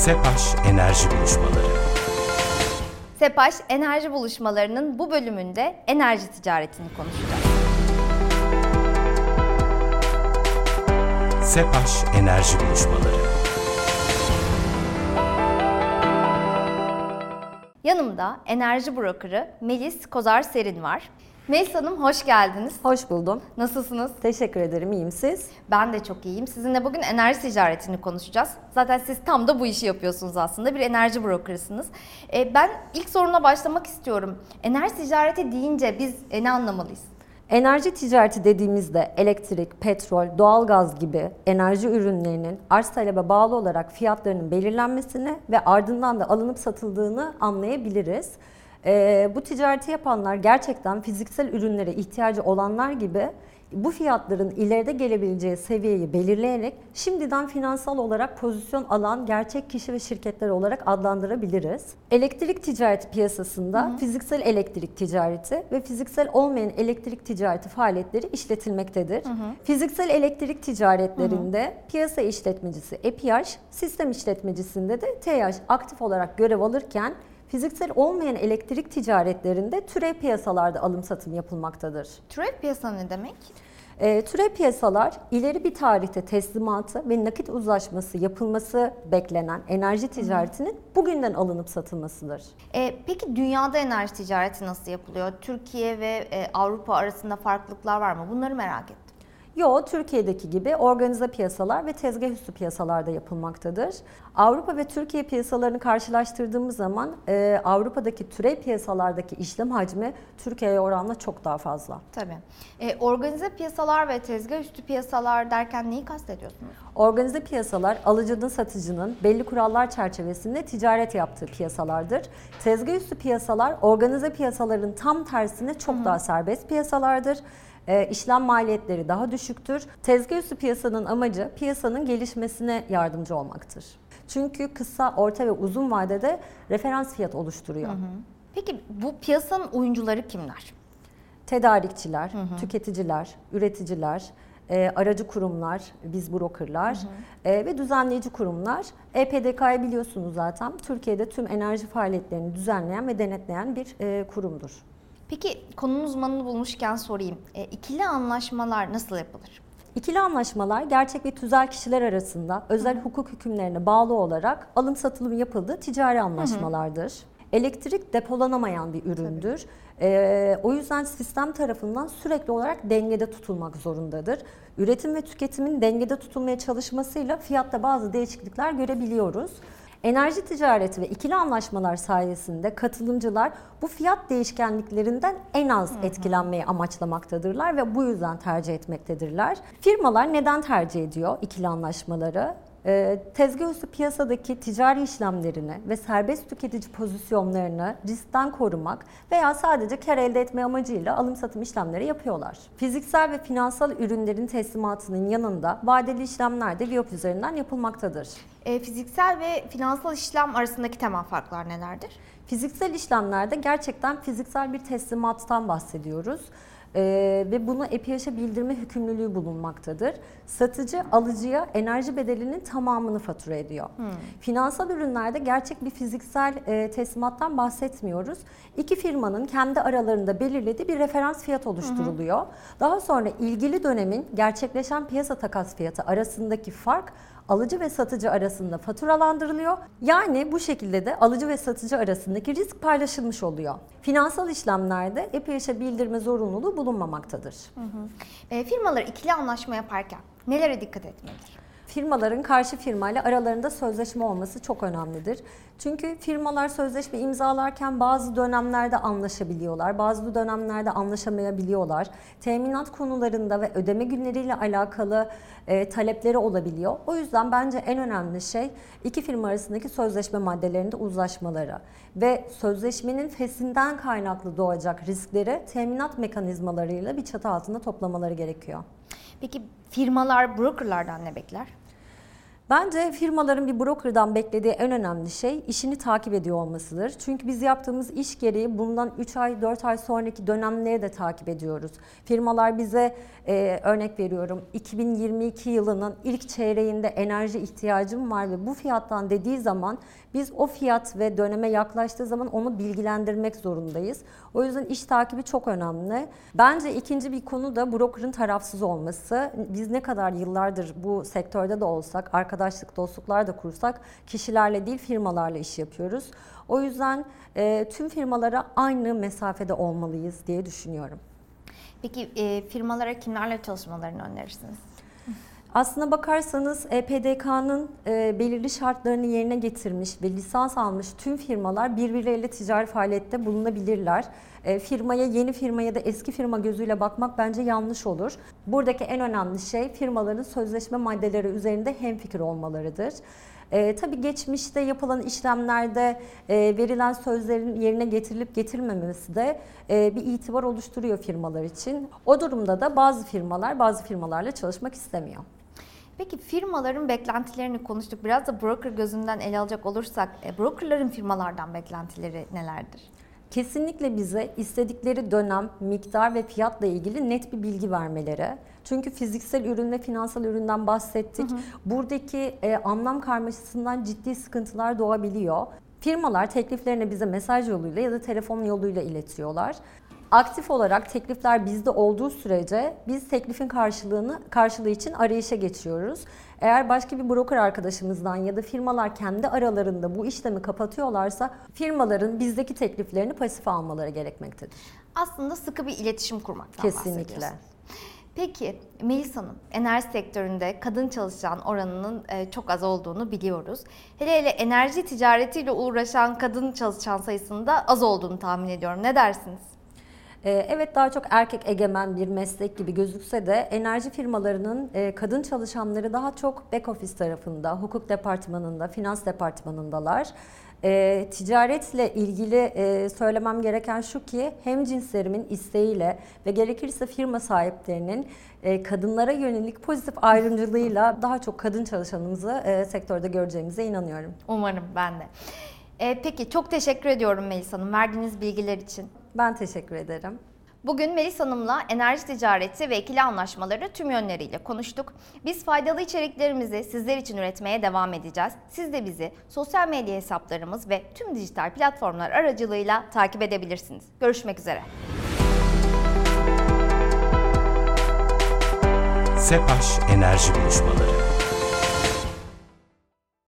SEPAŞ Enerji Buluşmaları. SEPAŞ Enerji Buluşmaları'nın bu bölümünde enerji ticaretini konuşacağız. SEPAŞ Enerji Buluşmaları. Yanımda enerji brokerı Melis Kozar Serin var. Melis Hanım hoş geldiniz. Hoş buldum. Nasılsınız? Teşekkür ederim. İyiyim siz? Ben de çok iyiyim. Sizinle bugün enerji ticaretini konuşacağız. Zaten siz tam da bu işi yapıyorsunuz aslında. Bir enerji brokerısınız. Ben ilk soruna başlamak istiyorum. Enerji ticareti deyince biz ne anlamalıyız? Enerji ticareti dediğimizde elektrik, petrol, doğalgaz gibi enerji ürünlerinin arz talebe bağlı olarak fiyatlarının belirlenmesini ve ardından da alınıp satıldığını anlayabiliriz. Bu ticareti yapanlar gerçekten fiziksel ürünlere ihtiyacı olanlar gibi bu fiyatların ileride gelebileceği seviyeyi belirleyerek şimdiden finansal olarak pozisyon alan gerçek kişi ve şirketler olarak adlandırabiliriz. Elektrik ticareti piyasasında fiziksel elektrik ticareti ve fiziksel olmayan elektrik ticareti faaliyetleri işletilmektedir. Fiziksel elektrik ticaretlerinde piyasa işletmecisi EPİAŞ, sistem işletmecisinde de TEİAŞ aktif olarak görev alırken fiziksel olmayan elektrik ticaretlerinde türev piyasalarda alım satım yapılmaktadır. Türev piyasa ne demek? Türev piyasalar ileri bir tarihte teslimatı ve nakit uzlaşması yapılması beklenen enerji ticaretinin bugünden alınıp satılmasıdır. Peki dünyada enerji ticareti nasıl yapılıyor? Türkiye ve Avrupa arasında farklılıklar var mı? Bunları merak ettim. Türkiye'deki gibi organize piyasalar ve tezgah üstü piyasalarda yapılmaktadır. Avrupa ve Türkiye piyasalarını karşılaştırdığımız zaman Avrupa'daki türev piyasalardaki işlem hacmi Türkiye'ye oranla çok daha fazla. Tabii. Organize piyasalar ve tezgah üstü piyasalar derken neyi kastediyorsunuz? Organize piyasalar alıcının satıcının belli kurallar çerçevesinde ticaret yaptığı piyasalardır. Tezgah üstü piyasalar organize piyasaların tam tersine çok daha serbest piyasalardır. İşlem maliyetleri daha düşüktür. Tezgah üstü piyasanın amacı piyasanın gelişmesine yardımcı olmaktır. Çünkü kısa, orta ve uzun vadede referans fiyat oluşturuyor. Peki bu piyasanın oyuncuları kimler? Tedarikçiler, tüketiciler, üreticiler, aracı kurumlar, biz brokerlar ve düzenleyici kurumlar. EPDK'yı biliyorsunuz zaten. Türkiye'de tüm enerji faaliyetlerini düzenleyen ve denetleyen bir kurumdur. Peki konunun uzmanını bulmuşken sorayım. İkili anlaşmalar nasıl yapılır? İkili anlaşmalar gerçek ve tüzel kişiler arasında özel hukuk hükümlerine bağlı olarak alım satılım yapıldığı ticari anlaşmalardır. Elektrik depolanamayan bir üründür. O yüzden sistem tarafından sürekli olarak dengede tutulmak zorundadır. Üretim ve tüketimin dengede tutulmaya çalışmasıyla fiyatta bazı değişiklikler görebiliyoruz. Enerji ticareti ve ikili anlaşmalar sayesinde katılımcılar bu fiyat değişkenliklerinden en az etkilenmeyi amaçlamaktadırlar ve bu yüzden tercih etmektedirler. Firmalar neden tercih ediyor ikili anlaşmaları? Tezgah üstü piyasadaki ticari işlemlerini ve serbest tüketici pozisyonlarını riskten korumak veya sadece kar elde etme amacıyla alım satım işlemleri yapıyorlar. Fiziksel ve finansal ürünlerin teslimatının yanında vadeli işlemler de VIOP üzerinden yapılmaktadır. Fiziksel ve finansal işlem arasındaki temel farklar nelerdir? Fiziksel işlemlerde gerçekten fiziksel bir teslimattan bahsediyoruz. Ve bunu EPİAŞ'a bildirme yükümlülüğü bulunmaktadır. Satıcı alıcıya enerji bedelinin tamamını fatura ediyor. Finansal ürünlerde gerçek bir fiziksel teslimattan bahsetmiyoruz. İki firmanın kendi aralarında belirlediği bir referans fiyat oluşturuluyor. Daha sonra ilgili dönemin gerçekleşen piyasa takas fiyatı arasındaki fark alıcı ve satıcı arasında faturalandırılıyor. Yani bu şekilde de alıcı ve satıcı arasındaki risk paylaşılmış oluyor. Finansal işlemlerde EPİAŞ'a bildirme zorunluluğu bulunmamaktadır. Firmalar ikili anlaşma yaparken nelere dikkat etmelidir? Firmaların karşı firmayla aralarında sözleşme olması çok önemlidir. Çünkü firmalar sözleşme imzalarken bazı dönemlerde anlaşabiliyorlar, bazı dönemlerde anlaşamayabiliyorlar. Teminat konularında ve ödeme günleriyle alakalı talepleri olabiliyor. O yüzden bence en önemli şey iki firma arasındaki sözleşme maddelerinde uzlaşmaları ve sözleşmenin feshinden kaynaklı doğacak riskleri teminat mekanizmalarıyla bir çatı altında toplamaları gerekiyor. Peki firmalar brokerlardan ne bekler? Bence firmaların bir brokerdan beklediği en önemli şey işini takip ediyor olmasıdır. Çünkü biz yaptığımız iş gereği bundan 3 ay, 4 ay sonraki dönemleri de takip ediyoruz. Firmalar bize örnek veriyorum 2022 yılının ilk çeyreğinde enerji ihtiyacım var ve bu fiyattan dediği zaman biz o fiyat ve döneme yaklaştığı zaman onu bilgilendirmek zorundayız. O yüzden iş takibi çok önemli. Bence ikinci bir konu da brokerın tarafsız olması. Biz ne kadar yıllardır bu sektörde de olsak, arkadaşlık, dostluklar da kursak kişilerle değil firmalarla iş yapıyoruz. O yüzden tüm firmalara aynı mesafede olmalıyız diye düşünüyorum. Peki firmalara kimlerle çalışmalarını önerirsiniz? Aslına bakarsanız EPDK'nın belirli şartlarını yerine getirmiş ve lisans almış tüm firmalar birbirleriyle ticari faaliyette bulunabilirler. Yeni firma ya da eski firma gözüyle bakmak bence yanlış olur. Buradaki en önemli şey firmaların sözleşme maddeleri üzerinde hemfikir olmalarıdır. Tabii geçmişte yapılan işlemlerde verilen sözlerin yerine getirilip getirilmemesi de bir itibar oluşturuyor firmalar için. O durumda da bazı firmalarla çalışmak istemiyor. Peki firmaların beklentilerini konuştuk. Biraz da broker gözünden ele alacak olursak brokerların firmalardan beklentileri nelerdir? Kesinlikle bize istedikleri dönem, miktar ve fiyatla ilgili net bir bilgi vermeleri. Çünkü fiziksel ürün ve finansal üründen bahsettik. Buradaki anlam karmaşasından ciddi sıkıntılar doğabiliyor. Firmalar tekliflerini bize mesaj yoluyla ya da telefon yoluyla iletiyorlar. Aktif olarak teklifler bizde olduğu sürece biz teklifin karşılığı için arayışa geçiyoruz. Eğer başka bir broker arkadaşımızdan ya da firmalar kendi aralarında bu işlemi kapatıyorlarsa firmaların bizdeki tekliflerini pasife almaları gerekmektedir. Aslında sıkı bir iletişim kurmaktan Kesinlikle. bahsediyorsunuz. Peki Melis Hanım, enerji sektöründe kadın çalışan oranının çok az olduğunu biliyoruz. Hele enerji ticaretiyle uğraşan kadın çalışan sayısının da az olduğunu tahmin ediyorum. Ne dersiniz? Evet, daha çok erkek egemen bir meslek gibi gözükse de enerji firmalarının kadın çalışanları daha çok back office tarafında, hukuk departmanında, finans departmanındalar. Ticaretle ilgili söylemem gereken şu ki hemcinslerimin isteğiyle ve gerekirse firma sahiplerinin kadınlara yönelik pozitif ayrımcılığıyla daha çok kadın çalışanımızı sektörde göreceğimize inanıyorum. Umarım ben de. Peki çok teşekkür ediyorum Melis Hanım verdiğiniz bilgiler için. Ben teşekkür ederim. Bugün Melis Hanım'la enerji ticareti ve ikili anlaşmaları tüm yönleriyle konuştuk. Biz faydalı içeriklerimizi sizler için üretmeye devam edeceğiz. Siz de bizi sosyal medya hesaplarımız ve tüm dijital platformlar aracılığıyla takip edebilirsiniz. Görüşmek üzere. SEPAŞ Enerji Buluşmaları.